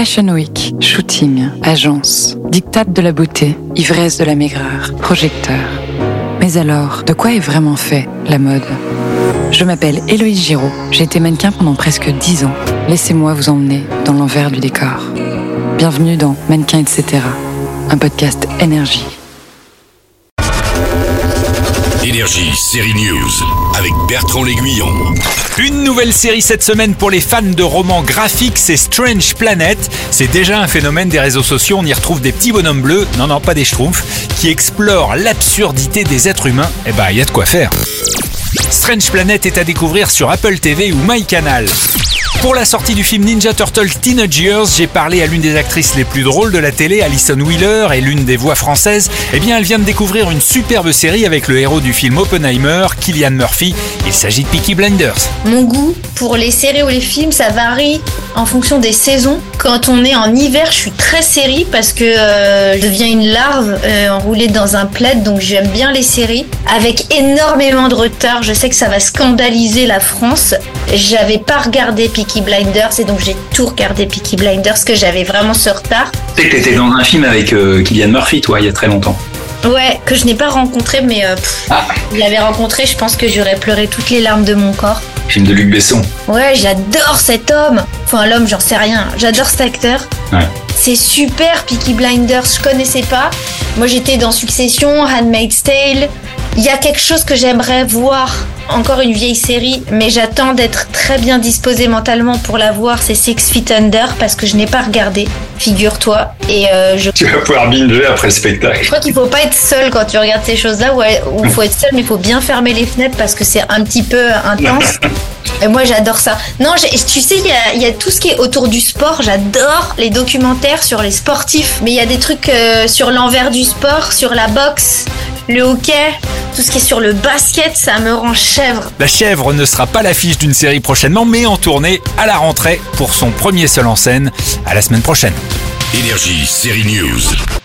Fashion Week, shooting, agence, diktat de la beauté, ivresse de la maigreur, projecteur. Mais alors, de quoi est vraiment fait la mode ? Je m'appelle Héloïse Giraud, j'ai été mannequin pendant presque 10 ans. Laissez-moi vous emmener dans l'envers du décor. Bienvenue dans Mannequin etc., un podcast Énergie. Énergie série News avec Bertrand L'Aiguillon. Une nouvelle série cette semaine pour les fans de romans graphiques, c'est Strange Planet. C'est déjà un phénomène des réseaux sociaux, on y retrouve des petits bonhommes bleus, non pas des schtroumpfs, qui explorent l'absurdité des êtres humains. Il y a de quoi faire. Strange Planet est à découvrir sur Apple TV ou MyCanal. Pour la sortie du film Ninja Turtle Teenage Years, j'ai parlé à l'une des actrices les plus drôles de la télé, Alison Wheeler, et l'une des voix françaises. Elle vient de découvrir une superbe série avec le héros du film Oppenheimer, Cillian Murphy. Il s'agit de Peaky Blinders. Mon goût pour les séries ou les films, ça varie en fonction des saisons. Quand on est en hiver, je suis très série parce que je deviens une larve enroulée dans un plaid, donc j'aime bien les séries. Avec énormément de retard, je sais que ça va scandaliser la France. J'avais pas regardé Peaky Blinders et donc j'ai tout regardé Peaky Blinders, que j'avais vraiment ce retard. Tu sais que t'étais dans un film avec Cillian Murphy, toi, il y a très longtemps. Ouais, que je n'ai pas rencontré, mais je l'avais rencontré, je pense que j'aurais pleuré toutes les larmes de mon corps. Film de Luc Besson. Ouais, j'adore cet homme. Enfin, l'homme, j'en sais rien. J'adore cet acteur. Ouais. C'est super, Peaky Blinders, je connaissais pas. Moi, j'étais dans Succession, Handmaid's Tale. Il y a quelque chose que j'aimerais voir. Encore une vieille série, mais j'attends d'être très bien disposée mentalement pour la voir, c'est Six Feet Under, parce que je n'ai pas regardé, figure-toi. Et Tu vas pouvoir binger après le spectacle. Je crois qu'il faut pas être seul quand tu regardes ces choses-là, où il faut être seul, mais il faut bien fermer les fenêtres parce que c'est un petit peu intense. Et moi, j'adore ça. Non, tu sais, il y a tout ce qui est autour du sport. J'adore les documentaires sur les sportifs. Mais il y a des trucs sur l'envers du sport, sur la boxe, le hockey, tout ce qui est sur le basket, ça me rend chèvre. La chèvre ne sera pas l'affiche d'une série prochainement, mais en tournée à la rentrée pour son premier seul en scène. À la semaine prochaine. Énergie série News.